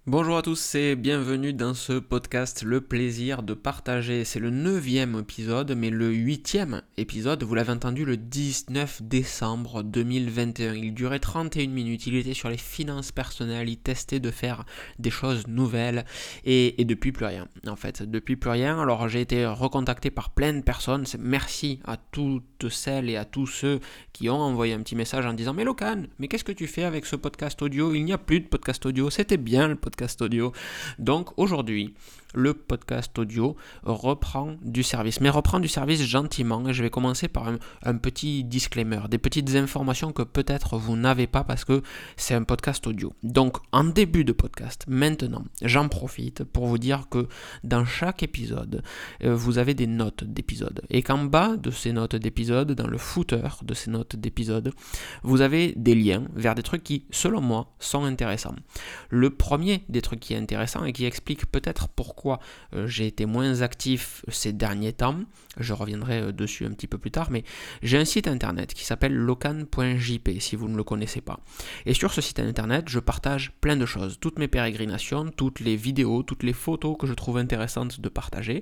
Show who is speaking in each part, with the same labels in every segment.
Speaker 1: Bonjour à tous et bienvenue dans ce podcast Le plaisir de partager. C'est le 9e épisode, mais le 8e épisode, vous l'avez entendu, le 19 décembre 2021. Il durait 31 minutes, il était sur les finances personnelles, il testait de faire des choses nouvelles et depuis plus rien. En fait, depuis plus rien. Alors j'ai été recontacté par plein de personnes. Merci à toutes celles et à tous ceux qui ont envoyé un petit message en disant « Mais Locan, mais qu'est-ce que tu fais avec ce podcast audio ? Il n'y a plus de podcast audio, c'était bien le podcast audio. » Donc aujourd'hui, le podcast audio reprend du service, mais reprend du service gentiment, et je vais commencer par un petit disclaimer, des petites informations que peut-être vous n'avez pas parce que c'est un podcast audio. Donc en début de podcast, maintenant, j'en profite pour vous dire que dans chaque épisode, vous avez des notes d'épisode, et qu'en bas de ces notes d'épisode, dans le footer de ces notes d'épisode, vous avez des liens vers des trucs qui, selon moi, sont intéressants. Le premier des trucs qui est intéressant et qui explique peut-être pourquoi j'ai été moins actif ces derniers temps, je reviendrai dessus un petit peu plus tard, mais j'ai un site internet qui s'appelle locan.jp si vous ne le connaissez pas. Et sur ce site internet, je partage plein de choses, toutes mes pérégrinations, toutes les vidéos, toutes les photos que je trouve intéressantes de partager,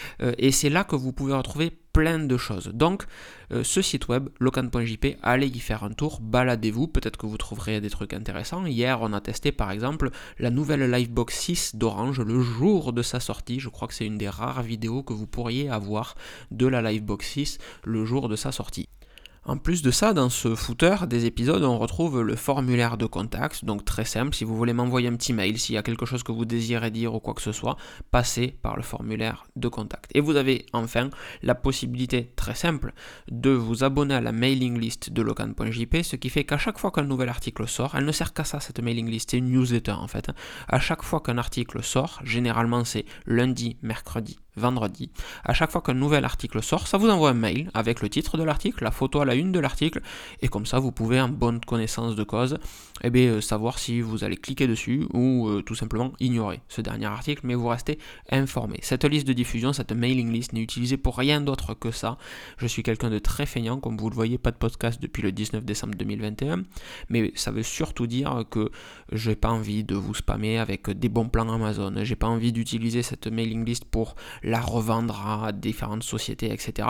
Speaker 1: et c'est là que vous pouvez retrouver plein de choses. Donc, ce site web, locan.jp, allez y faire un tour, baladez-vous, peut-être que vous trouverez des trucs intéressants. Hier, on a testé par exemple la nouvelle Livebox 6 d'Orange le jour de sa sortie. Je crois que c'est une des rares vidéos que vous pourriez avoir de la Livebox 6 le jour de sa sortie. En plus de ça, dans ce footer des épisodes, on retrouve le formulaire de contact, donc très simple, si vous voulez m'envoyer un petit mail, s'il y a quelque chose que vous désirez dire ou quoi que ce soit, passez par le formulaire de contact. Et vous avez enfin la possibilité très simple de vous abonner à la mailing list de locan.jp, ce qui fait qu'à chaque fois qu'un nouvel article sort, elle ne sert qu'à ça cette mailing list, c'est une newsletter en fait. À chaque fois qu'un article sort, généralement c'est lundi, mercredi, vendredi, à chaque fois qu'un nouvel article sort, ça vous envoie un mail avec le titre de l'article, la photo à la une de l'article, et comme ça vous pouvez en bonne connaissance de cause savoir si vous allez cliquer dessus ou tout simplement ignorer ce dernier article, mais vous restez informé. Cette liste de diffusion, cette mailing list n'est utilisée pour rien d'autre que ça. Je suis quelqu'un de très feignant, comme vous le voyez, pas de podcast depuis le 19 décembre 2021, mais ça veut surtout dire que j'ai pas envie de vous spammer avec des bons plans Amazon, j'ai pas envie d'utiliser cette mailing list pour la revendre à différentes sociétés, etc.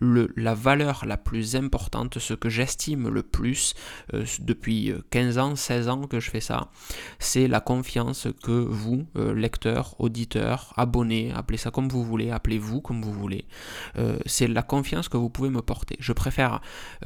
Speaker 1: La valeur la plus importante, ce que j'estime le plus depuis 15 ans, 16 ans que je fais ça, c'est la confiance que vous, lecteurs, auditeurs, abonnés, appelez ça comme vous voulez, appelez-vous comme vous voulez, c'est la confiance que vous pouvez me porter. Je préfère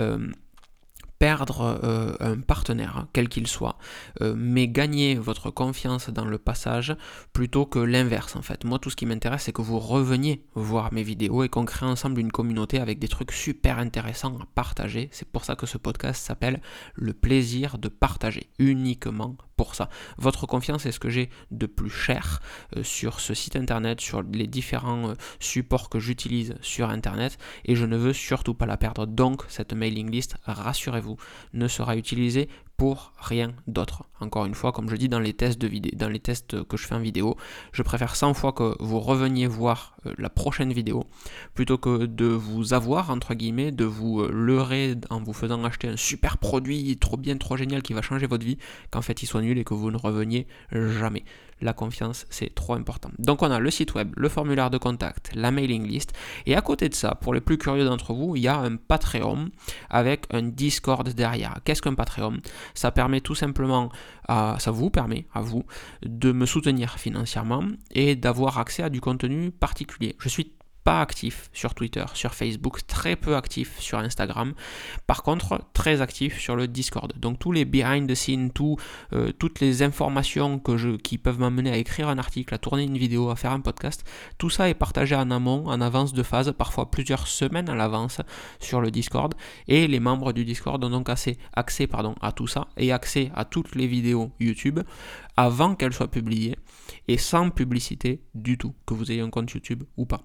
Speaker 1: perdre un partenaire, quel qu'il soit, mais gagner votre confiance dans le passage plutôt que l'inverse en fait. Moi tout ce qui m'intéresse c'est que vous reveniez voir mes vidéos et qu'on crée ensemble une communauté avec des trucs super intéressants à partager. C'est pour ça que ce podcast s'appelle Le plaisir de partager, uniquement pour ça. Votre confiance est ce que j'ai de plus cher sur ce site internet, sur les différents supports que j'utilise sur internet, et je ne veux surtout pas la perdre. Donc cette mailing list, rassurez-vous, ne sera utilisée pour rien d'autre. Encore une fois, comme je dis dans les tests dans les tests que je fais en vidéo, je préfère 100 fois que vous reveniez voir la prochaine vidéo plutôt que de vous avoir, entre guillemets, de vous leurrer en vous faisant acheter un super produit trop bien, trop génial qui va changer votre vie, qu'en fait il soit nul et que vous ne reveniez jamais. La confiance, c'est trop important. Donc on a le site web, le formulaire de contact, la mailing list, et à côté de ça, pour les plus curieux d'entre vous, il y a un Patreon avec un Discord derrière. Qu'est-ce qu'un Patreon ? Ça permet tout simplement, ça vous permet à vous de me soutenir financièrement et d'avoir accès à du contenu particulier. Je suis pas actif sur Twitter, sur Facebook, très peu actif sur Instagram. Par contre, très actif sur le Discord. Donc tous les behind the scenes, toutes les informations qui peuvent m'amener à écrire un article, à tourner une vidéo, à faire un podcast, tout ça est partagé en amont, en avance de phase, parfois plusieurs semaines à l'avance sur le Discord. Et les membres du Discord ont donc accès à tout ça et accès à toutes les vidéos YouTube avant qu'elles soient publiées et sans publicité du tout, que vous ayez un compte YouTube ou pas.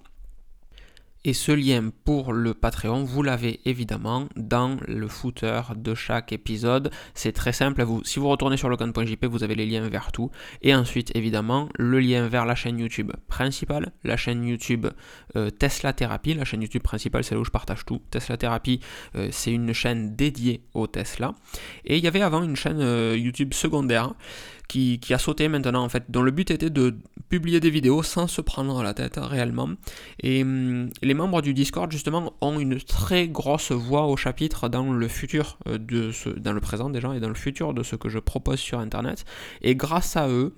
Speaker 1: Et ce lien pour le Patreon, vous l'avez évidemment dans le footer de chaque épisode. C'est très simple. Si vous retournez sur locan.jp, vous avez les liens vers tout. Et ensuite, évidemment, le lien vers la chaîne YouTube principale, la chaîne YouTube Tesla Therapy. La chaîne YouTube principale, c'est là où je partage tout. Tesla Therapy, c'est une chaîne dédiée au Tesla. Et il y avait avant une chaîne YouTube secondaire qui a sauté maintenant en fait, dont le but était de publier des vidéos sans se prendre la tête réellement. Et les membres du Discord justement ont une très grosse voix au chapitre dans le futur dans le présent déjà et dans le futur de ce que je propose sur internet. Et grâce à eux,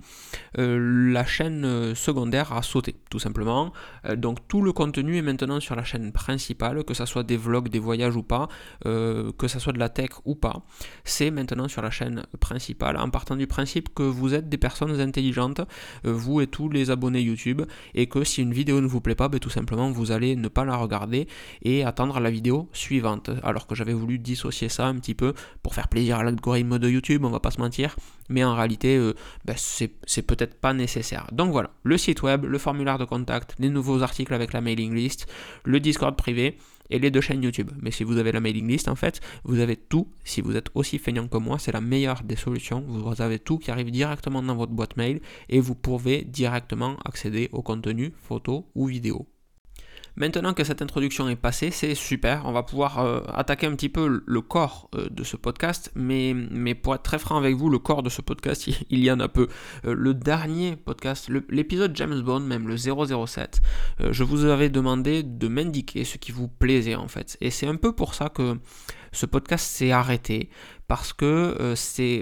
Speaker 1: la chaîne secondaire a sauté tout simplement. Donc tout le contenu est maintenant sur la chaîne principale, que ça soit des vlogs, des voyages ou pas, que ça soit de la tech ou pas, c'est maintenant sur la chaîne principale, en partant du principe que vous êtes des personnes intelligentes, vous et tous les abonnés YouTube, et que si une vidéo ne vous plaît pas, tout simplement vous allez ne pas la regarder et attendre la vidéo suivante. Alors que j'avais voulu dissocier ça un petit peu pour faire plaisir à l'algorithme de YouTube, on va pas se mentir, mais en réalité c'est peut-être pas nécessaire. Donc voilà, le site web, le formulaire de contact, les nouveaux articles avec la mailing list, le Discord privé et les 2 chaînes YouTube. Mais si vous avez la mailing list, en fait, vous avez tout. Si vous êtes aussi feignant que moi, c'est la meilleure des solutions. Vous avez tout qui arrive directement dans votre boîte mail et vous pouvez directement accéder au contenu photo ou vidéo. Maintenant que cette introduction est passée, c'est super, on va pouvoir attaquer un petit peu le corps de ce podcast, mais pour être très franc avec vous, le corps de ce podcast, il y en a peu. Le dernier podcast, l'épisode James Bond, même le 007, je vous avais demandé de m'indiquer ce qui vous plaisait en fait. Et c'est un peu pour ça que ce podcast s'est arrêté, parce que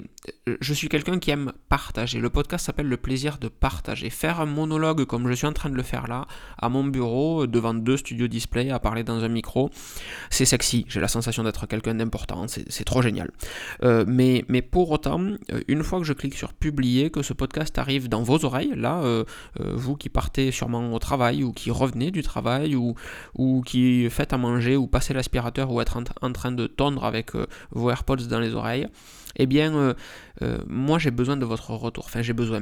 Speaker 1: je suis quelqu'un qui aime partager. Le podcast s'appelle Le plaisir de partager. Faire un monologue comme je suis en train de le faire là, à mon bureau, devant 2 studios display, à parler dans un micro, c'est sexy. J'ai la sensation d'être quelqu'un d'important, c'est trop génial. Mais pour autant, une fois que je clique sur publier, que ce podcast arrive dans vos oreilles, là, vous qui partez sûrement au travail, ou qui revenez du travail, ou qui faites à manger, ou passez l'aspirateur, ou être en train de tondre avec vos AirPods dans les oreilles, eh bien, moi j'ai besoin de votre retour. Enfin, j'ai besoin.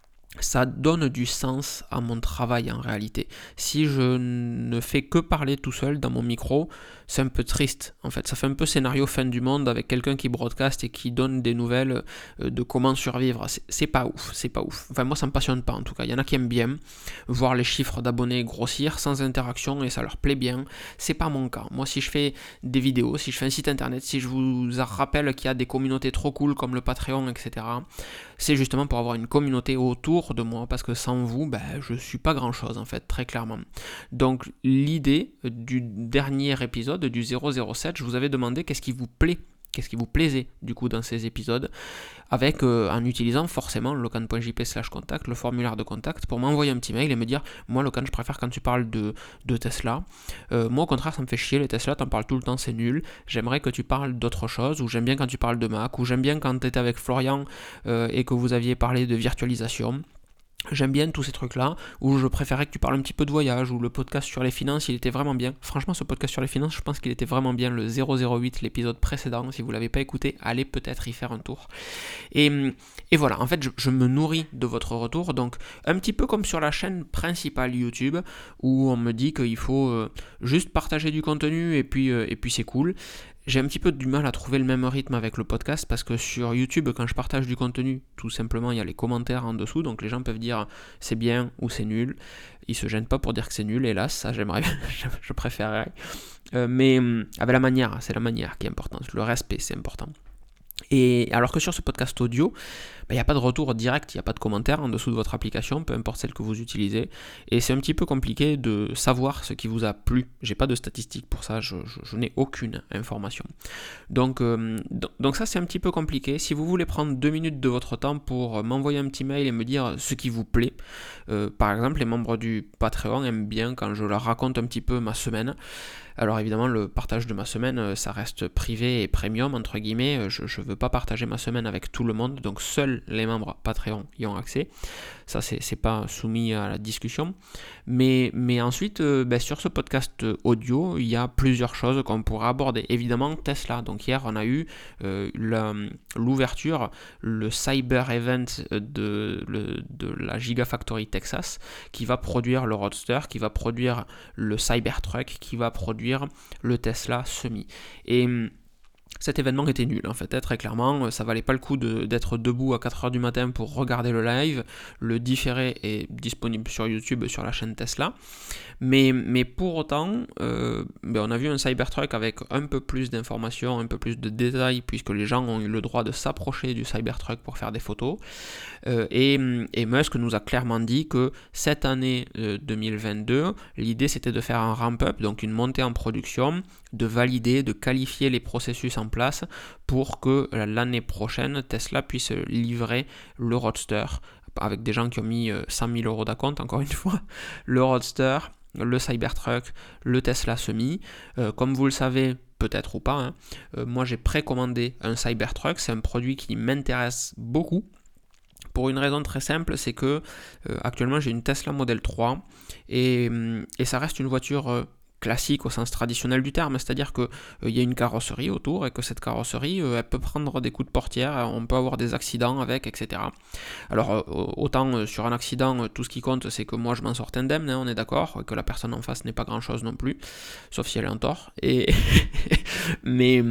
Speaker 1: Ça donne du sens à mon travail en réalité. Si je ne fais que parler tout seul dans mon micro, c'est un peu triste en fait. Ça fait un peu scénario fin du monde avec quelqu'un qui broadcast et qui donne des nouvelles de comment survivre. C'est pas ouf. Enfin moi ça me passionne pas en tout cas. Il y en a qui aiment bien voir les chiffres d'abonnés grossir sans interaction et ça leur plaît bien. C'est pas mon cas. Moi si je fais des vidéos, si je fais un site internet, si je vous rappelle qu'il y a des communautés trop cool comme le Patreon, etc., c'est justement pour avoir une communauté autour de moi, parce que sans vous, je suis pas grand chose en fait, très clairement. Donc l'idée du dernier épisode, du 007, je vous avais demandé qu'est-ce qui vous plaît, qu'est-ce qui vous plaisait du coup dans ces épisodes, avec en utilisant forcément locan.jp/contact, le formulaire de contact, pour m'envoyer un petit mail et me dire, moi Locan, je préfère quand tu parles de Tesla, moi au contraire ça me fait chier les Tesla, t'en parles tout le temps, c'est nul, j'aimerais que tu parles d'autre chose, ou j'aime bien quand tu parles de Mac, ou j'aime bien quand tu étais avec Florian et que vous aviez parlé de virtualisation. J'aime bien tous ces trucs-là, où je préférais que tu parles un petit peu de voyage, ou le podcast sur les finances, il était vraiment bien. Franchement, ce podcast sur les finances, je pense qu'il était vraiment bien, le 008, l'épisode précédent. Si vous ne l'avez pas écouté, allez peut-être y faire un tour. Et voilà, en fait, je me nourris de votre retour, donc un petit peu comme sur la chaîne principale YouTube, où on me dit qu'il faut juste partager du contenu, et puis c'est cool. J'ai un petit peu du mal à trouver le même rythme avec le podcast parce que sur YouTube, quand je partage du contenu, tout simplement, il y a les commentaires en dessous, donc les gens peuvent dire c'est bien ou c'est nul. Ils se gênent pas pour dire que c'est nul, hélas, ça j'aimerais, je préférerais. Mais avec la manière, c'est la manière qui est importante, le respect c'est important. Et alors que sur ce podcast audio, il n'y a pas de retour direct, il n'y a pas de commentaire en dessous de votre application, peu importe celle que vous utilisez. Et c'est un petit peu compliqué de savoir ce qui vous a plu. J'ai pas de statistiques pour ça, je n'ai aucune information. Donc ça c'est un petit peu compliqué. Si vous voulez prendre 2 minutes de votre temps pour m'envoyer un petit mail et me dire ce qui vous plaît, par exemple les membres du Patreon aiment bien quand je leur raconte un petit peu ma semaine. Alors évidemment le partage de ma semaine ça reste privé et premium entre guillemets, je ne veux pas partager ma semaine avec tout le monde, donc seuls les membres Patreon y ont accès, ça c'est pas soumis à la discussion, mais ensuite sur ce podcast audio il y a plusieurs choses qu'on pourra aborder, évidemment Tesla, donc hier on a eu l'ouverture, le cyber event de la Gigafactory Texas qui va produire le Roadster, qui va produire le Cybertruck, qui va produire le Tesla Semi. Et Cet événement était nul en fait, très clairement, ça valait pas le coup d'être debout à 4h du matin pour regarder le live. Le différé est disponible sur YouTube, sur la chaîne Tesla. Mais pour autant, on a vu un Cybertruck avec un peu plus d'informations, un peu plus de détails, puisque les gens ont eu le droit de s'approcher du Cybertruck pour faire des photos. Et Musk nous a clairement dit que cette année 2022, l'idée c'était de faire un ramp-up, donc une montée en production, de valider, de qualifier les processus en place pour que l'année prochaine, Tesla puisse livrer le Roadster, avec des gens qui ont mis 100 000 euros d'acompte, encore une fois, le Roadster, le Cybertruck, le Tesla Semi. Comme vous le savez, peut-être ou pas, moi j'ai précommandé un Cybertruck, c'est un produit qui m'intéresse beaucoup. Pour une raison très simple, c'est que actuellement j'ai une Tesla Model 3 et ça reste une voiture classique au sens traditionnel du terme, c'est-à-dire qu'il y a une carrosserie autour et que cette carrosserie, elle peut prendre des coups de portière, on peut avoir des accidents avec, etc. Alors autant sur un accident, tout ce qui compte, c'est que moi je m'en sorte indemne, on est d'accord, et que la personne en face n'est pas grand-chose non plus, sauf si elle est en tort. Mais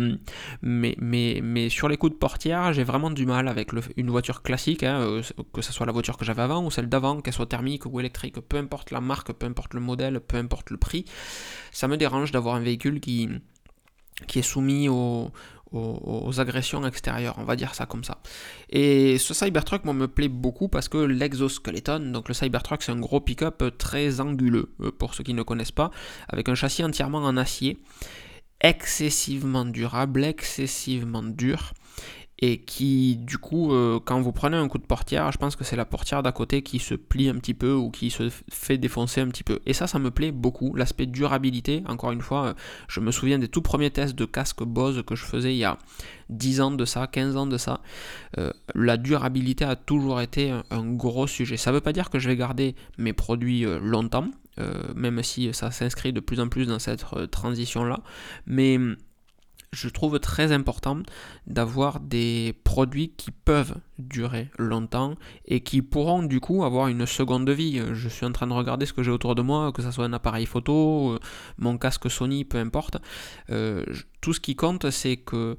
Speaker 1: sur les coups de portière, j'ai vraiment du mal avec une voiture classique, que ce soit la voiture que j'avais avant ou celle d'avant, qu'elle soit thermique ou électrique, peu importe la marque, peu importe le modèle, peu importe le prix. Ça me dérange d'avoir un véhicule qui est soumis aux agressions extérieures, on va dire ça comme ça. Et ce Cybertruck, moi, me plaît beaucoup parce que l'exoskeleton, donc le Cybertruck, c'est un gros pick-up très anguleux, pour ceux qui ne connaissent pas, avec un châssis entièrement en acier, excessivement durable, excessivement dur, et qui, du coup, quand vous prenez un coup de portière, je pense que c'est la portière d'à côté qui se plie un petit peu ou qui se fait défoncer un petit peu. Et ça me plaît beaucoup. L'aspect durabilité, encore une fois, je me souviens des tout premiers tests de casque Bose que je faisais il y a 10 ans de ça, 15 ans de ça. La durabilité a toujours été un gros sujet. Ça ne veut pas dire que je vais garder mes produits longtemps, même si ça s'inscrit de plus en plus dans cette transition-là. Mais je trouve très important d'avoir des produits qui peuvent durer longtemps et qui pourront du coup avoir une seconde vie. Je suis en train de regarder ce que j'ai autour de moi, que ce soit un appareil photo, mon casque Sony, peu importe. Tout ce qui compte, c'est que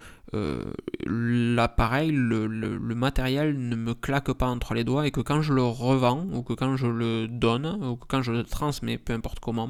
Speaker 1: l'appareil, le matériel ne me claque pas entre les doigts et que quand je le revends ou que quand je le donne ou que quand je le transmets, peu importe comment,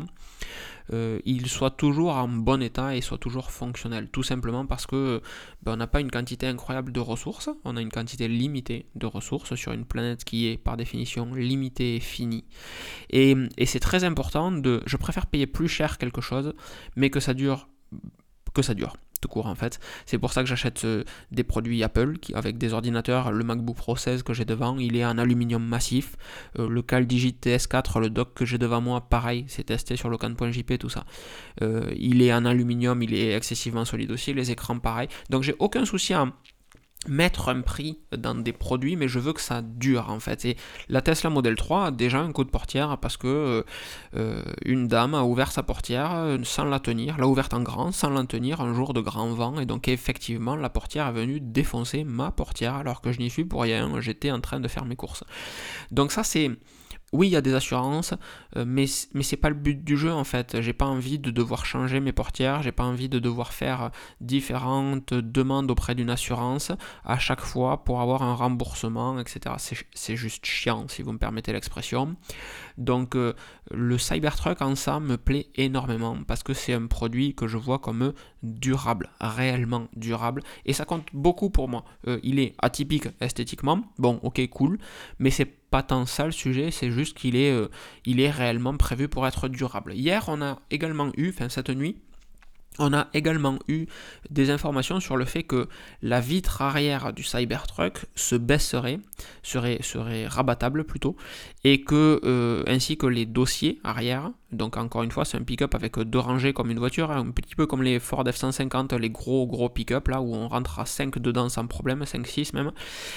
Speaker 1: il soit toujours en bon état et soit toujours fonctionnel, tout simplement parce que on n'a pas une quantité incroyable de ressources, on a une quantité limitée de ressources sur une planète qui est par définition limitée et finie, et c'est très important je préfère payer plus cher quelque chose mais que ça dure tout court en fait. C'est pour ça que j'achète des produits Apple avec des ordinateurs. Le MacBook Pro 16 que j'ai devant, il est en aluminium massif. Le CalDigit TS4, le dock que j'ai devant moi, pareil, c'est testé sur locan.jp, tout ça. Il est en aluminium, il est excessivement solide aussi. Les écrans, pareil. Donc j'ai aucun souci à mettre un prix dans des produits, mais je veux que ça dure en fait. Et la Tesla Model 3 a déjà un coup de portière parce que une dame a ouvert sa portière sans la tenir, l'a ouverte en grand sans la tenir un jour de grand vent, et donc effectivement la portière est venue défoncer ma portière alors que je n'y suis pour rien, j'étais en train de faire mes courses. Donc ça c'est... Oui, il y a des assurances, mais c'est pas le but du jeu en fait. J'ai pas envie de devoir changer mes portières, j'ai pas envie de devoir faire différentes demandes auprès d'une assurance à chaque fois pour avoir un remboursement, etc. C'est juste chiant, si vous me permettez l'expression. Donc le Cybertruck en ça me plaît énormément parce que c'est un produit que je vois comme durable, réellement durable, et ça compte beaucoup pour moi. Il est atypique esthétiquement, bon ok cool, mais c'est pas tant ça le sujet, c'est juste qu'il est réellement prévu pour être durable. Hier on a également eu, cette nuit, on a également eu des informations sur le fait que la vitre arrière du Cybertruck se baisserait, serait rabattable plutôt, et que ainsi que les dossiers arrière. Donc encore une fois, c'est un pick-up avec 2 rangées comme une voiture, un petit peu comme les Ford F-150, les gros pick-up là où on rentre à 5 dedans sans problème, 5-6 même.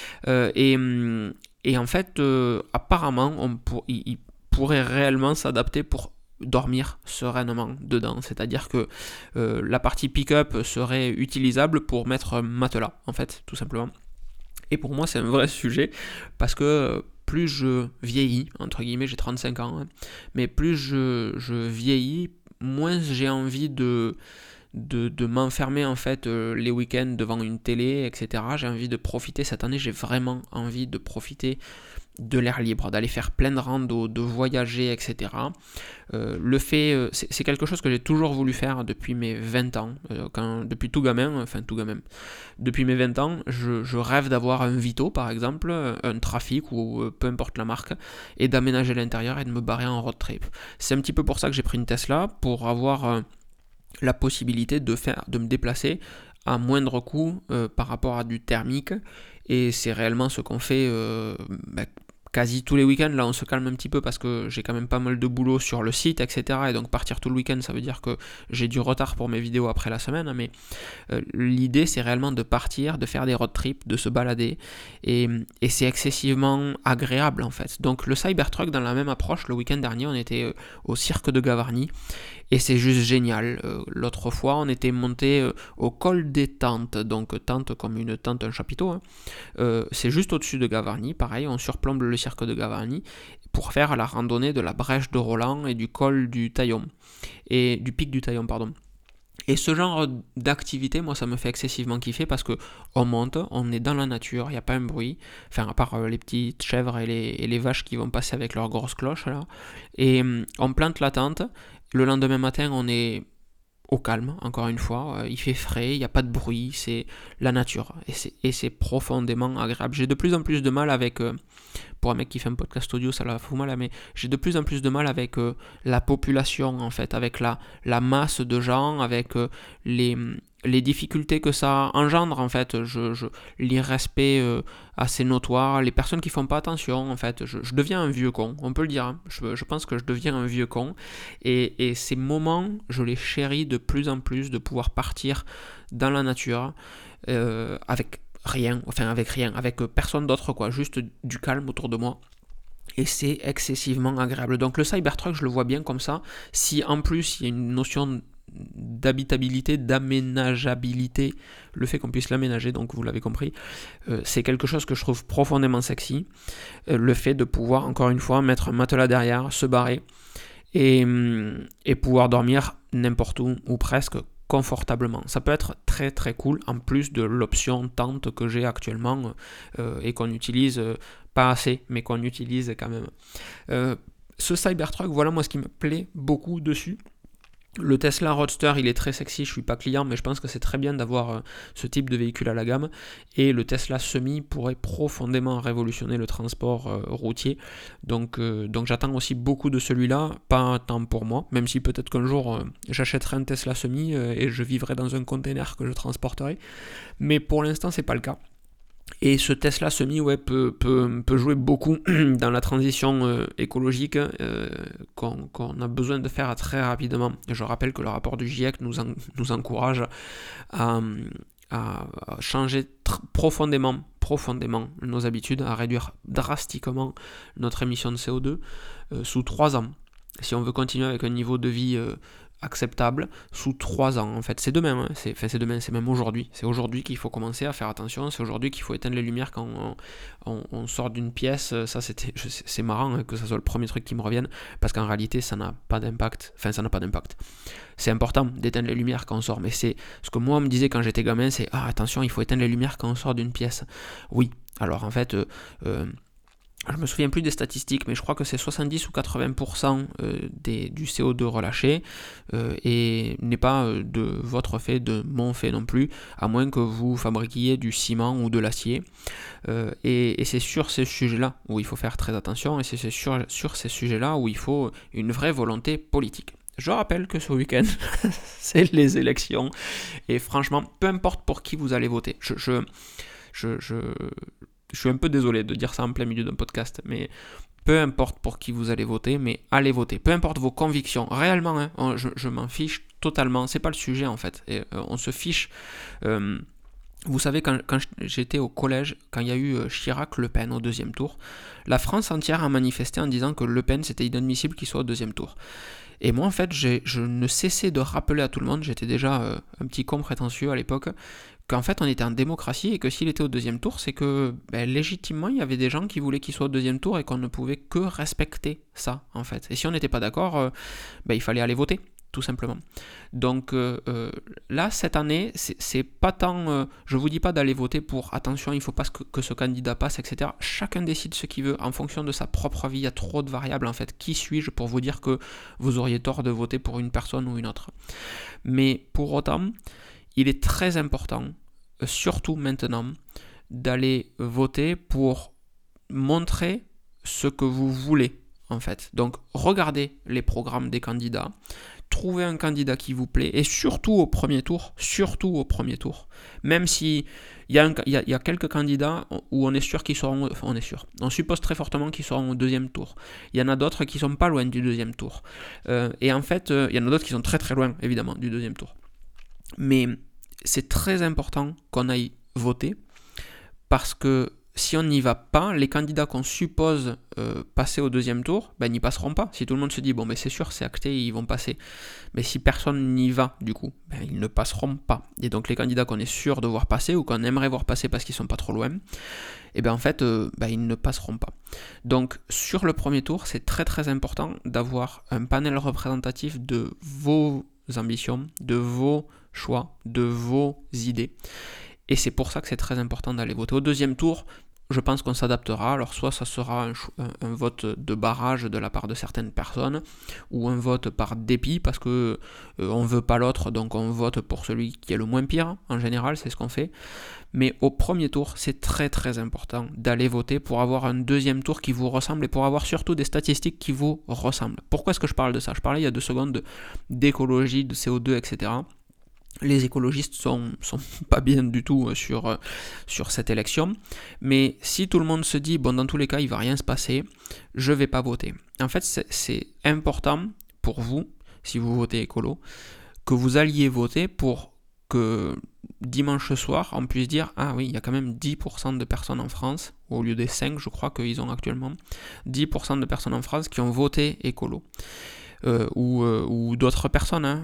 Speaker 1: Et en fait, apparemment, il pourrait réellement s'adapter pour dormir sereinement dedans, c'est-à-dire que la partie pick-up serait utilisable pour mettre un matelas en fait, tout simplement. Et pour moi c'est un vrai sujet parce que plus je vieillis, entre guillemets, j'ai 35 ans, mais plus je vieillis, moins j'ai envie de de m'enfermer en fait les week-ends devant une télé, etc. J'ai envie de profiter, cette année j'ai vraiment envie de profiter de l'air libre, d'aller faire plein de randos, de voyager, etc. C'est quelque chose que j'ai toujours voulu faire depuis mes 20 ans, depuis tout gamin, depuis mes 20 ans, je rêve d'avoir un Vito par exemple, un Trafic ou peu importe la marque, et d'aménager l'intérieur et de me barrer en road trip. C'est un petit peu pour ça que j'ai pris une Tesla, pour avoir la possibilité de me déplacer à moindre coût par rapport à du thermique, et c'est réellement ce qu'on fait quasi tous les week-ends. Là on se calme un petit peu parce que j'ai quand même pas mal de boulot sur le site, etc. Et donc partir tout le week-end, ça veut dire que j'ai du retard pour mes vidéos après la semaine, mais l'idée c'est réellement de partir, de faire des road trips, de se balader, et c'est excessivement agréable en fait. Donc le Cybertruck, dans la même approche, le week-end dernier on était au cirque de Gavarnie, et c'est juste génial. L'autre fois on était monté au col des Tentes, donc tente comme une tente, un chapiteau, hein. C'est juste au-dessus de Gavarnie, pareil, on surplombe le cirque de Gavarnie pour faire la randonnée de la brèche de Roland et du col du Taillon, et du pic du Taillon, pardon. Et ce genre d'activité, moi, ça me fait excessivement kiffer parce que on monte, on est dans la nature, il n'y a pas un bruit, enfin, à part les petites chèvres et les vaches qui vont passer avec leurs grosses cloches, là. Et on plante la tente, le lendemain matin, on est au calme, encore une fois, il fait frais, il n'y a pas de bruit, c'est la nature, et c'est profondément agréable. J'ai de plus en plus de mal avec, pour un mec qui fait un podcast audio, ça la fout mal, mais j'ai de plus en plus de mal avec la population, en fait, avec la masse de gens, avec les difficultés que ça engendre, en fait, l'irrespect assez notoire, les personnes qui font pas attention, en fait, je deviens un vieux con, on peut le dire, hein. Je pense que je deviens un vieux con, et ces moments, je les chéris de plus en plus, de pouvoir partir dans la nature, avec personne d'autre, quoi, juste du calme autour de moi. Et c'est excessivement agréable. Donc le Cybertruck, je le vois bien comme ça. Si en plus il y a une notion d'habitabilité, d'aménageabilité, le fait qu'on puisse l'aménager, donc vous l'avez compris, c'est quelque chose que je trouve profondément sexy. Le fait de pouvoir, encore une fois, mettre un matelas derrière, se barrer, et pouvoir dormir n'importe où, ou presque, confortablement. Ça peut être très très cool, en plus de l'option tente que j'ai actuellement, et qu'on utilise pas assez, mais qu'on utilise quand même. Ce Cybertruck, voilà moi ce qui me plaît beaucoup dessus. Le Tesla Roadster, il est très sexy, je suis pas client, mais je pense que c'est très bien d'avoir ce type de véhicule à la gamme. Et le Tesla Semi pourrait profondément révolutionner le transport routier. Donc j'attends aussi beaucoup de celui-là, pas tant pour moi, même si peut-être qu'un jour j'achèterai un Tesla Semi et je vivrai dans un container que je transporterai. Mais pour l'instant, c'est pas le cas. Et ce Tesla Semi, ouais, peut jouer beaucoup dans la transition écologique qu'on a besoin de faire très rapidement. Je rappelle que le rapport du GIEC nous encourage à changer profondément nos habitudes, à réduire drastiquement notre émission de CO2 sous 3 ans. Si on veut continuer avec un niveau de vie acceptable sous 3 ans, en fait. C'est demain, hein. C'est même aujourd'hui. C'est aujourd'hui qu'il faut commencer à faire attention, c'est aujourd'hui qu'il faut éteindre les lumières quand on sort d'une pièce. Ça, c'est marrant, hein, que ça soit le premier truc qui me revienne, parce qu'en réalité, ça n'a pas d'impact. Enfin, ça n'a pas d'impact. C'est important d'éteindre les lumières quand on sort, mais c'est ce que moi on me disait quand j'étais gamin, c'est attention, il faut éteindre les lumières quand on sort d'une pièce. Oui, alors en fait... je me souviens plus des statistiques, mais je crois que c'est 70 ou 80% du CO2 relâché, et n'est pas de votre fait, de mon fait non plus, à moins que vous fabriquiez du ciment ou de l'acier. Et c'est sur ces sujets-là où il faut faire très attention, et c'est sur ces sujets-là où il faut une vraie volonté politique. Je rappelle que ce week-end, c'est les élections, et franchement, peu importe pour qui vous allez voter, je suis un peu désolé de dire ça en plein milieu d'un podcast, mais peu importe pour qui vous allez voter, mais allez voter. Peu importe vos convictions, réellement, hein, je m'en fiche totalement, c'est pas le sujet en fait. Et, on se fiche... vous savez, quand j'étais au collège, quand il y a eu Chirac-Le Pen au deuxième tour, la France entière a manifesté en disant que Le Pen c'était inadmissible qu'il soit au deuxième tour. Et moi en fait, je ne cessais de rappeler à tout le monde, j'étais déjà un petit con prétentieux à l'époque, qu'en fait on était en démocratie et que s'il était au deuxième tour, c'est que légitimement il y avait des gens qui voulaient qu'il soit au deuxième tour et qu'on ne pouvait que respecter ça en fait. Et si on n'était pas d'accord, il fallait aller voter. tout simplement. Donc là, cette année, c'est pas tant... je vous dis pas d'aller voter pour attention, il faut pas que ce candidat passe, etc. Chacun décide ce qu'il veut en fonction de sa propre vie. Il y a trop de variables en fait. Qui suis-je pour vous dire que vous auriez tort de voter pour une personne ou une autre? Mais pour autant, il est très important, surtout maintenant, d'aller voter pour montrer ce que vous voulez en fait. Donc regardez les programmes des candidats, trouvez un candidat qui vous plaît et surtout au premier tour, même si il y a quelques candidats où on est sûr qu'ils seront, enfin on est sûr, on suppose très fortement qu'ils seront au deuxième tour. Il y en a d'autres qui sont pas loin du deuxième tour. Et en fait, il y en a d'autres qui sont très très loin évidemment du deuxième tour. Mais c'est très important qu'on aille voter parce que si on n'y va pas, les candidats qu'on suppose passer au deuxième tour, n'y passeront pas. Si tout le monde se dit, bon, c'est sûr, c'est acté, ils vont passer. Mais si personne n'y va, du coup, ils ne passeront pas. Et donc les candidats qu'on est sûr de voir passer ou qu'on aimerait voir passer parce qu'ils sont pas trop loin, en fait, ils ne passeront pas. Donc sur le premier tour, c'est très très important d'avoir un panel représentatif de vos ambitions, de vos choix, de vos idées. Et c'est pour ça que c'est très important d'aller voter. Au deuxième tour, je pense qu'on s'adaptera. Alors soit ça sera un vote de barrage de la part de certaines personnes, ou un vote par dépit, parce que on veut pas l'autre, donc on vote pour celui qui est le moins pire. En général, c'est ce qu'on fait. Mais au premier tour, c'est très très important d'aller voter pour avoir un deuxième tour qui vous ressemble et pour avoir surtout des statistiques qui vous ressemblent. Pourquoi est-ce que je parle de ça? Je parlais il y a 2 secondes d'écologie, de CO2, etc. Les écologistes sont pas bien du tout sur cette élection, mais si tout le monde se dit, dans tous les cas, il va rien se passer, je vais pas voter. En fait, c'est important pour vous, si vous votez écolo, que vous alliez voter pour que dimanche soir, on puisse dire, ah oui, il y a quand même 10% de personnes en France, au lieu des 5, je crois qu'ils ont actuellement, 10% de personnes en France qui ont voté écolo, ou d'autres personnes,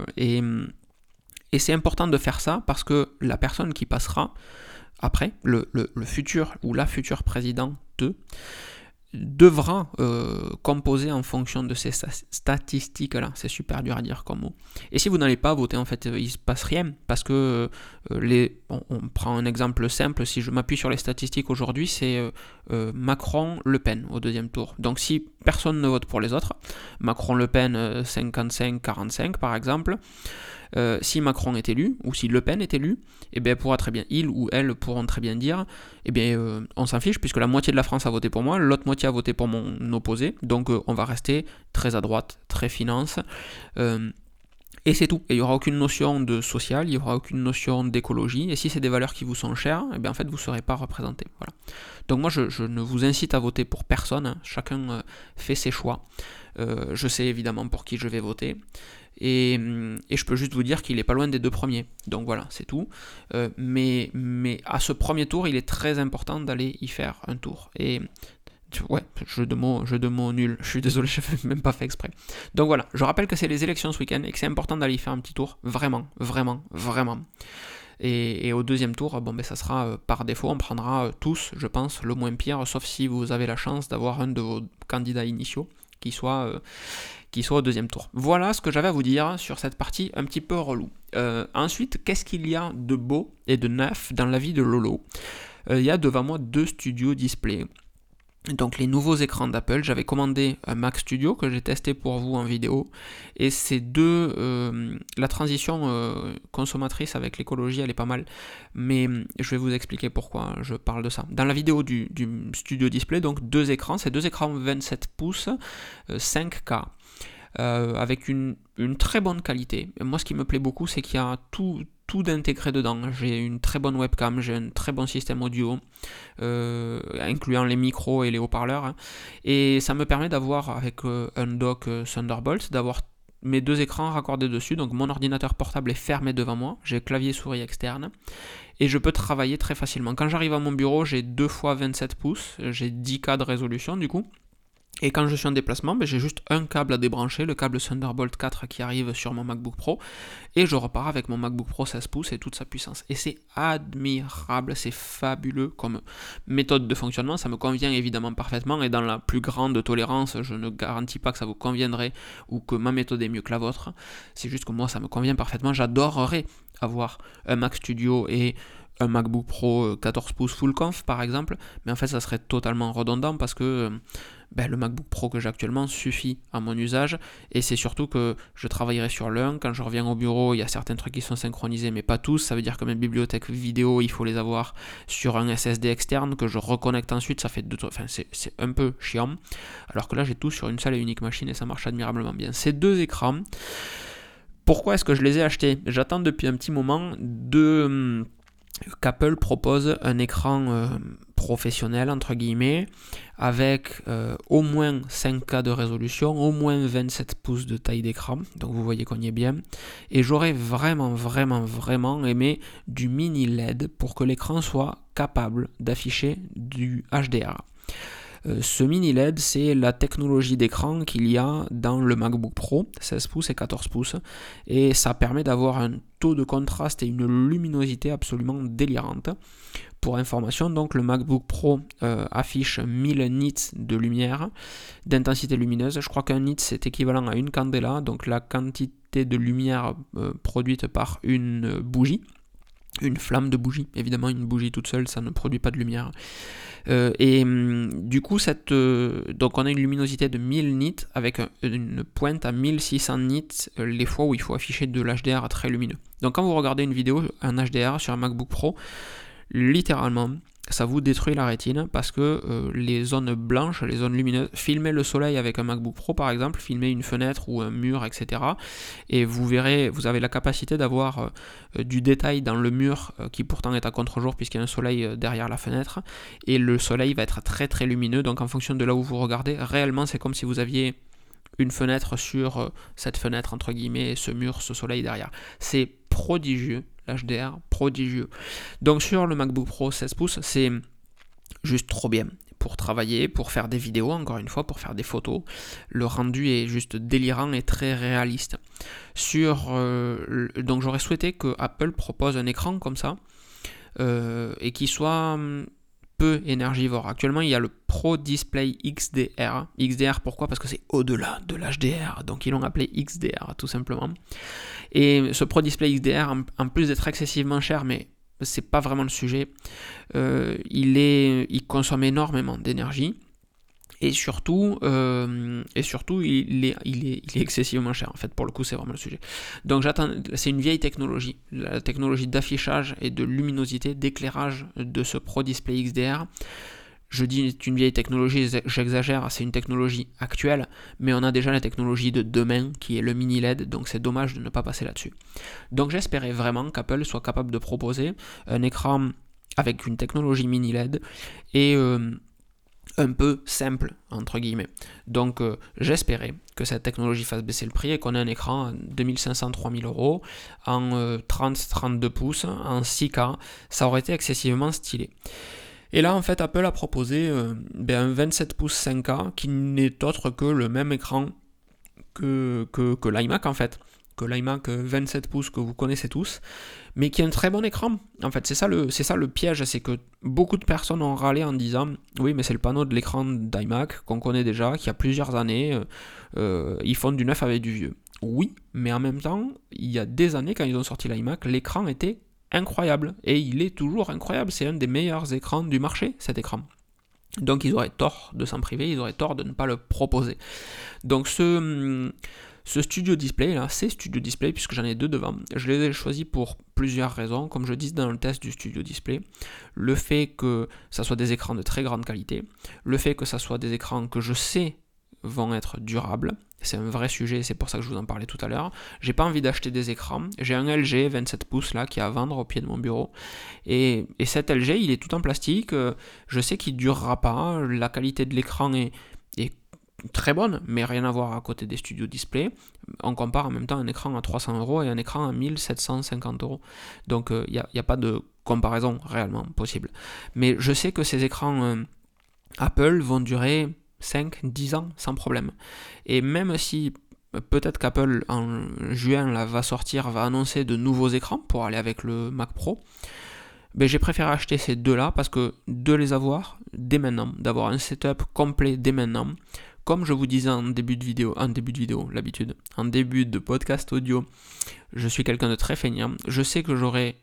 Speaker 1: Et c'est important de faire ça parce que la personne qui passera après, le futur ou la future présidente devra composer en fonction de ces statistiques-là. C'est super dur à dire comme mot. Et si vous n'allez pas voter, en fait, il ne se passe rien parce que on prend un exemple simple. Si je m'appuie sur les statistiques aujourd'hui, c'est Macron-Le Pen au deuxième tour. Donc si personne ne vote pour les autres, Macron-Le Pen 55-45 par exemple, si Macron est élu, ou si Le Pen est élu, il ou elle pourront très bien dire, on s'en fiche, puisque la moitié de la France a voté pour moi, l'autre moitié a voté pour mon opposé, donc on va rester très à droite, très finance, et c'est tout. Et il n'y aura aucune notion de social, il n'y aura aucune notion d'écologie, et si c'est des valeurs qui vous sont chères, en fait vous ne serez pas représenté. Voilà. Donc moi je ne vous incite à voter pour personne, chacun fait ses choix. Je sais évidemment pour qui je vais voter. Et je peux juste vous dire qu'il est pas loin des 2 premiers. Donc voilà, c'est tout. Mais à ce premier tour, il est très important d'aller y faire un tour. Et ouais, jeu de mots nul. Je suis désolé, je n'ai même pas fait exprès. Donc voilà, je rappelle que c'est les élections ce week-end et que c'est important d'aller y faire un petit tour. Vraiment, vraiment, vraiment. Et au deuxième tour, ça sera par défaut, on prendra tous, je pense, le moins pire, sauf si vous avez la chance d'avoir un de vos candidats initiaux qui soit au deuxième tour. Voilà ce que j'avais à vous dire sur cette partie un petit peu relou. Ensuite, qu'est-ce qu'il y a de beau et de neuf dans la vie de Lolo? Il y a devant moi 2 studios display. Donc les nouveaux écrans d'Apple, j'avais commandé un Mac Studio que j'ai testé pour vous en vidéo, et ces deux, la transition consommatrice avec l'écologie elle est pas mal, mais je vais vous expliquer pourquoi je parle de ça. Dans la vidéo du Studio Display, donc 2 écrans, c'est 2 écrans 27 pouces, 5K, avec une très bonne qualité. Et moi ce qui me plaît beaucoup c'est qu'il y a tout d'intégré dedans. J'ai une très bonne webcam, j'ai un très bon système audio, incluant les micros et les haut-parleurs, et ça me permet d'avoir avec un dock Thunderbolt, d'avoir mes 2 écrans raccordés dessus, donc mon ordinateur portable est fermé devant moi, j'ai clavier souris externe, et je peux travailler très facilement. Quand j'arrive à mon bureau, j'ai 2 x 27 pouces, j'ai 10K de résolution du coup, Et quand je suis en déplacement, j'ai juste un câble à débrancher, le câble Thunderbolt 4 qui arrive sur mon MacBook Pro, et je repars avec mon MacBook Pro 16 pouces et toute sa puissance. Et c'est admirable, c'est fabuleux comme méthode de fonctionnement, ça me convient évidemment parfaitement, et dans la plus grande tolérance, je ne garantis pas que ça vous conviendrait ou que ma méthode est mieux que la vôtre, c'est juste que moi ça me convient parfaitement, j'adorerais avoir un Mac Studio et un MacBook Pro 14 pouces full conf par exemple, mais en fait ça serait totalement redondant parce que le MacBook Pro que j'ai actuellement suffit à mon usage, et c'est surtout que je travaillerai sur l'un. Quand je reviens au bureau, il y a certains trucs qui sont synchronisés mais pas tous, ça veut dire que mes bibliothèques vidéo il faut les avoir sur un SSD externe que je reconnecte ensuite, ça fait c'est un peu chiant, alors que là j'ai tout sur une seule et unique machine et ça marche admirablement bien. Ces deux écrans, pourquoi est-ce que je les ai achetés? J'attends depuis un petit moment qu'Apple propose un écran professionnel entre guillemets avec au moins 5K de résolution, au moins 27 pouces de taille d'écran, donc vous voyez qu'on y est bien, et j'aurais vraiment aimé du mini LED pour que l'écran soit capable d'afficher du HDR. Ce mini LED, c'est la technologie d'écran qu'il y a dans le MacBook Pro 16 pouces et 14 pouces, et ça permet d'avoir un taux de contraste et une luminosité absolument délirante. Pour information, donc le MacBook Pro affiche 1000 nits de lumière, d'intensité lumineuse. Je crois qu'un nit c'est équivalent à une candela, donc la quantité de lumière produite par une bougie. Une flamme de bougie, évidemment une bougie toute seule ça ne produit pas de lumière. Du coup donc on a une luminosité de 1000 nits avec une pointe à 1600 nits les fois où il faut afficher de l'HDR très lumineux. Donc quand vous regardez une vidéo en HDR sur un MacBook Pro, littéralement ça vous détruit la rétine parce que les zones blanches, les zones lumineuses, filmez le soleil avec un MacBook Pro par exemple, filmez une fenêtre ou un mur, etc. Et vous verrez, vous avez la capacité d'avoir du détail dans le mur qui pourtant est à contre-jour puisqu'il y a un soleil derrière la fenêtre, et le soleil va être très très lumineux, donc en fonction de là où vous regardez, réellement c'est comme si vous aviez une fenêtre sur cette fenêtre entre guillemets, et ce mur, ce soleil derrière. C'est prodigieux, l'HDR, prodigieux. Donc sur le MacBook Pro 16 pouces, c'est juste trop bien pour travailler, pour faire des vidéos, encore une fois, pour faire des photos. Le rendu est juste délirant et très réaliste. Donc j'aurais souhaité que Apple propose un écran comme ça, et qui soit peu énergivore. Actuellement, il y a le Pro Display XDR. XDR, pourquoi? Parce que c'est au-delà de l'HDR, donc ils l'ont appelé XDR, tout simplement. Et ce Pro Display XDR, en plus d'être excessivement cher, mais c'est pas vraiment le sujet, il consomme énormément d'énergie. Et surtout, il est excessivement cher. En fait, pour le coup, c'est vraiment le sujet. Donc, c'est une vieille technologie. La technologie d'affichage et de luminosité, d'éclairage de ce Pro Display XDR. Je dis c'est une vieille technologie, j'exagère, c'est une technologie actuelle, mais on a déjà la technologie de demain qui est le mini LED, donc c'est dommage de ne pas passer là-dessus. Donc, j'espérais vraiment qu'Apple soit capable de proposer un écran avec une technologie mini LED et un peu simple, entre guillemets. Donc j'espérais que cette technologie fasse baisser le prix et qu'on ait un écran à 2500-3000 euros en 30-32 pouces, en 6K, ça aurait été excessivement stylé. Et là en fait Apple a proposé un 27 pouces 5K qui n'est autre que le même écran que l'iMac en fait. Que l'iMac 27 pouces que vous connaissez tous, mais qui est un très bon écran. En fait, c'est ça le piège, c'est que beaucoup de personnes ont râlé en disant « Oui, mais c'est le panneau de l'écran d'iMac qu'on connaît déjà, qui a plusieurs années, ils font du neuf avec du vieux. » Oui, mais en même temps, il y a des années, quand ils ont sorti l'iMac, l'écran était incroyable, et il est toujours incroyable, c'est un des meilleurs écrans du marché, cet écran. Donc ils auraient tort de s'en priver, ils auraient tort de ne pas le proposer. Donc ce Studio Display, là, c'est Studio Display, puisque j'en ai deux devant, je les ai choisis pour plusieurs raisons. Comme je dis dans le test du Studio Display, le fait que ça soit des écrans de très grande qualité, le fait que ça soit des écrans que je sais vont être durables, c'est un vrai sujet, c'est pour ça que je vous en parlais tout à l'heure. J'ai pas envie d'acheter des écrans, j'ai un LG 27 pouces là qui est à vendre au pied de mon bureau, et cet LG il est tout en plastique, je sais qu'il durera pas, la qualité de l'écran est très bonne, mais rien à voir à côté des Studio Display. On compare en même temps un écran à 300 euros et un écran à 1750 euros. Donc il n'y a pas de comparaison réellement possible. Mais je sais que ces écrans Apple vont durer 5, 10 ans sans problème. Et même si peut-être qu'Apple en juin là, va annoncer de nouveaux écrans pour aller avec le Mac Pro, j'ai préféré acheter ces deux-là parce que de les avoir dès maintenant, d'avoir un setup complet dès maintenant, comme je vous disais en début de vidéo, l'habitude, en début de podcast audio, je suis quelqu'un de très feignant, je sais que j'aurais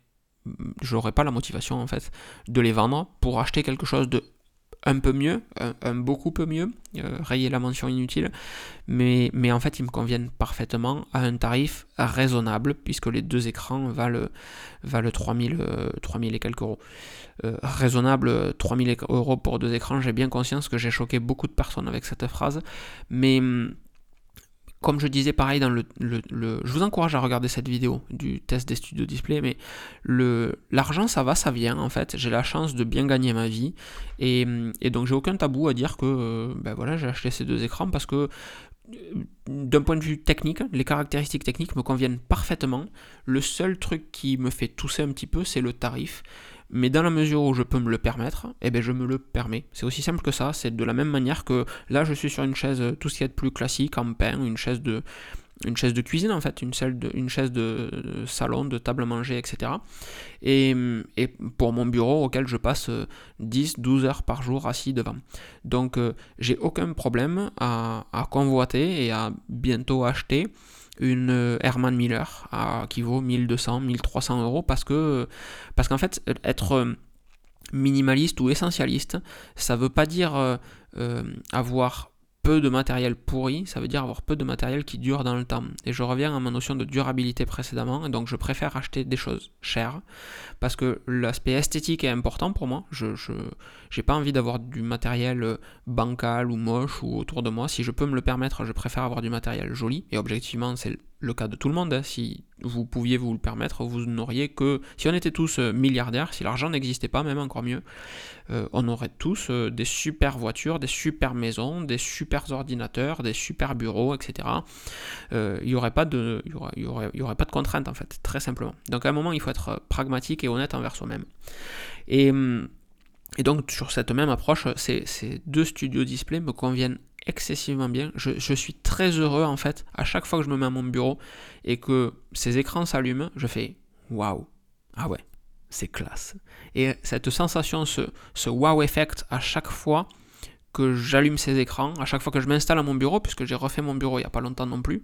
Speaker 1: pas la motivation en fait de les vendre pour acheter quelque chose de un peu mieux, un beaucoup peu mieux, rayer la mention inutile, mais en fait ils me conviennent parfaitement à un tarif raisonnable puisque les deux écrans valent 3000 et quelques euros. Raisonnable, 3000 euros pour deux écrans, j'ai bien conscience que j'ai choqué beaucoup de personnes avec cette phrase, mais comme je disais pareil je vous encourage à regarder cette vidéo du test des studios display, mais l'argent ça va, ça vient en fait, j'ai la chance de bien gagner ma vie, et donc j'ai aucun tabou à dire que j'ai acheté ces deux écrans parce que d'un point de vue technique, les caractéristiques techniques me conviennent parfaitement. Le seul truc qui me fait tousser un petit peu, c'est le tarif. Mais dans la mesure où je peux me le permettre, je me le permets. C'est aussi simple que ça. C'est de la même manière que là, je suis sur une chaise, tout ce qui est de plus classique, en pain, une chaise de cuisine en fait, une chaise de salon, de table à manger, etc. Et pour mon bureau auquel je passe 10-12 heures par jour assis devant. Donc j'ai aucun problème à convoiter et à bientôt acheter une Herman Miller qui vaut 1200-1300 euros parce qu'en fait être minimaliste ou essentialiste, ça veut pas dire avoir peu de matériel pourri, ça veut dire avoir peu de matériel qui dure dans le temps. Et je reviens à ma notion de durabilité précédemment, et donc je préfère acheter des choses chères, parce que l'aspect esthétique est important pour moi. Je n'ai pas envie d'avoir du matériel bancal ou moche ou autour de moi. Si je peux me le permettre, je préfère avoir du matériel joli, et objectivement c'est le cas de tout le monde, hein. Si vous pouviez vous le permettre, vous n'auriez que... Si on était tous milliardaires, si l'argent n'existait pas, même encore mieux, on aurait tous des super voitures, des super maisons, des super ordinateurs, des super bureaux, etc. Il n'y aurait pas de contraintes en fait, très simplement. Donc à un moment, il faut être pragmatique et honnête envers soi-même. Et donc sur cette même approche, ces deux studios display me conviennent excessivement bien. Je suis très heureux en fait à chaque fois que je me mets à mon bureau et que ces écrans s'allument, je fais waouh, ah ouais, c'est classe. Et cette sensation, ce wow effect à chaque fois que j'allume ces écrans, à chaque fois que je m'installe à mon bureau, puisque j'ai refait mon bureau il n'y a pas longtemps non plus,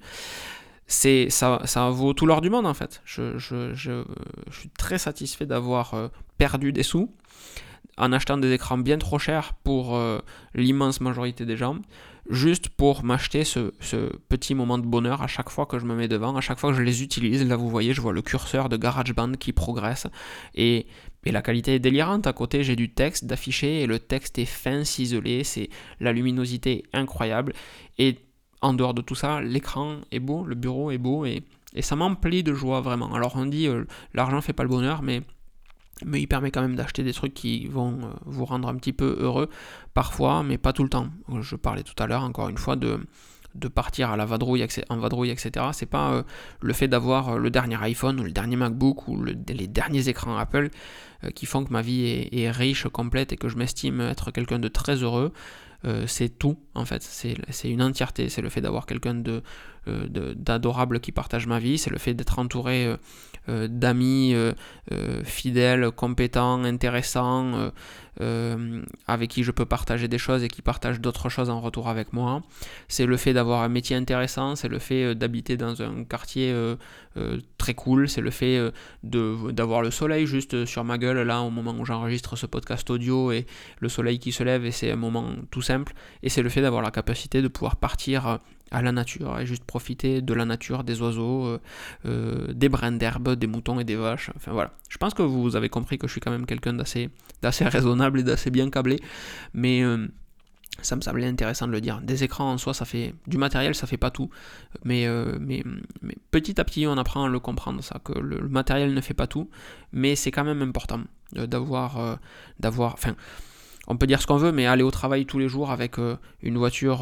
Speaker 1: ça vaut tout l'or du monde en fait. Je suis très satisfait d'avoir perdu des sous en achetant des écrans bien trop chers pour l'immense majorité des gens, juste pour m'acheter ce petit moment de bonheur à chaque fois que je me mets devant, à chaque fois que je les utilise. Là vous voyez, je vois le curseur de GarageBand qui progresse, et la qualité est délirante. À côté j'ai du texte d'affiché, et le texte est fin, ciselé, c'est la luminosité est incroyable, et en dehors de tout ça, l'écran est beau, le bureau est beau, et ça m'emplit de joie vraiment. Alors on dit l'argent fait pas le bonheur, mais il permet quand même d'acheter des trucs qui vont vous rendre un petit peu heureux parfois, mais pas tout le temps. Je parlais tout à l'heure, encore une fois, de partir en vadrouille, etc. C'est pas le fait d'avoir le dernier iPhone ou le dernier MacBook ou les derniers écrans Apple qui font que ma vie est riche, complète, et que je m'estime être quelqu'un de très heureux. C'est tout en fait, c'est une entièreté. C'est le fait d'avoir quelqu'un d'adorable qui partage ma vie, c'est le fait d'être entouré d'amis fidèles, compétents, intéressants, avec qui je peux partager des choses et qui partagent d'autres choses en retour avec moi. C'est le fait d'avoir un métier intéressant, c'est le fait d'habiter dans un quartier très cool, c'est le fait d'avoir le soleil juste sur ma gueule là au moment où j'enregistre ce podcast audio, et le soleil qui se lève, et c'est un moment tout simple, et c'est le fait d'avoir la capacité de pouvoir partir à la nature et juste profiter de la nature, des oiseaux, des brins d'herbe, des moutons et des vaches. Enfin voilà, je pense que vous avez compris que je suis quand même quelqu'un d'assez raisonnable et d'assez bien câblé, mais ça me semblait intéressant de le dire. Des écrans en soi, ça fait du matériel, ça fait pas tout, mais petit à petit on apprend à le comprendre, ça, que le matériel ne fait pas tout, mais c'est quand même important d'avoir enfin, on peut dire ce qu'on veut, mais aller au travail tous les jours avec une voiture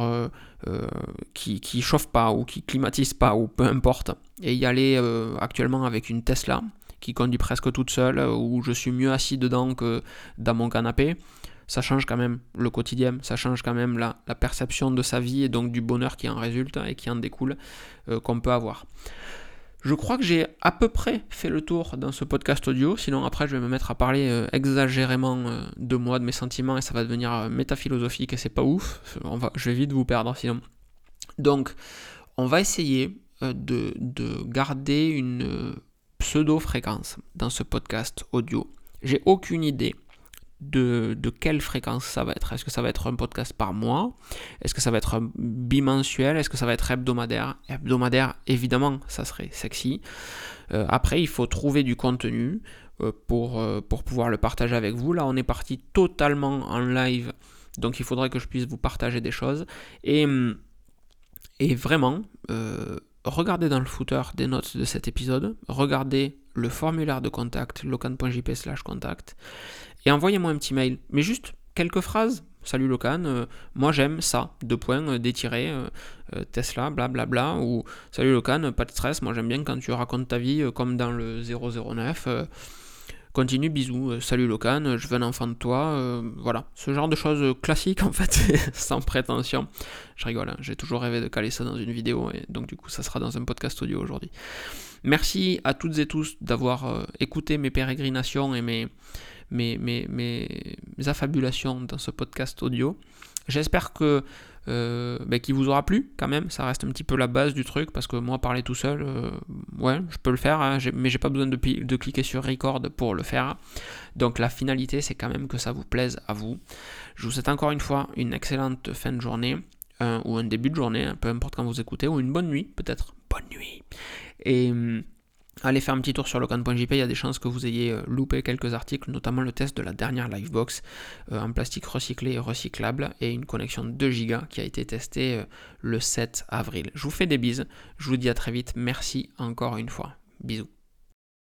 Speaker 1: qui chauffe pas ou qui climatise pas, ou peu importe, et y aller actuellement avec une Tesla qui conduit presque toute seule, où je suis mieux assis dedans que dans mon canapé, ça change quand même le quotidien, ça change quand même la perception de sa vie et donc du bonheur qui en résulte et qui en découle qu'on peut avoir. Je crois que j'ai à peu près fait le tour dans ce podcast audio, sinon après je vais me mettre à parler exagérément de moi, de mes sentiments, et ça va devenir métaphilosophique et c'est pas ouf, je vais vite vous perdre sinon. Donc on va essayer de garder une pseudo-fréquence dans ce podcast audio. J'ai aucune idée de quelle fréquence ça va être. Est-ce que ça va être un podcast par mois? Est-ce que ça va être bimensuel? Est-ce que ça va être hebdomadaire? Hebdomadaire, évidemment, ça serait sexy. Après, il faut trouver du contenu pour pouvoir le partager avec vous. Là, on est parti totalement en live, donc il faudrait que je puisse vous partager des choses. Et vraiment, regardez dans le footer des notes de cet épisode, regardez le formulaire de contact, locan.jp/contact, et envoyez-moi un petit mail, mais juste quelques phrases. Salut Locan, moi j'aime ça, Tesla, blablabla, ou salut Locan, pas de stress, moi j'aime bien quand tu racontes ta vie comme dans le 009, continue, bisous, salut Locan, je veux un enfant de toi, voilà, ce genre de choses classiques en fait, sans prétention. Je rigole, hein, j'ai toujours rêvé de caler ça dans une vidéo, et donc du coup ça sera dans un podcast audio aujourd'hui. Merci à toutes et tous d'avoir écouté mes pérégrinations et mes affabulations dans ce podcast audio. J'espère que qu'il vous aura plu quand même, ça reste un petit peu la base du truc, parce que moi parler tout seul, je peux le faire, hein, mais j'ai pas besoin de cliquer sur record pour le faire. Donc la finalité c'est quand même que ça vous plaise à vous. Je vous souhaite encore une fois une excellente fin de journée, ou un début de journée, peu importe quand vous écoutez, ou une bonne nuit peut-être. Bonne nuit. Et allez faire un petit tour sur locan.jp, il y a des chances que vous ayez loupé quelques articles, notamment le test de la dernière Livebox en plastique recyclé et recyclable, et une connexion de 2 Go qui a été testée le 7 avril. Je vous fais des bises, je vous dis à très vite, merci encore une fois. Bisous.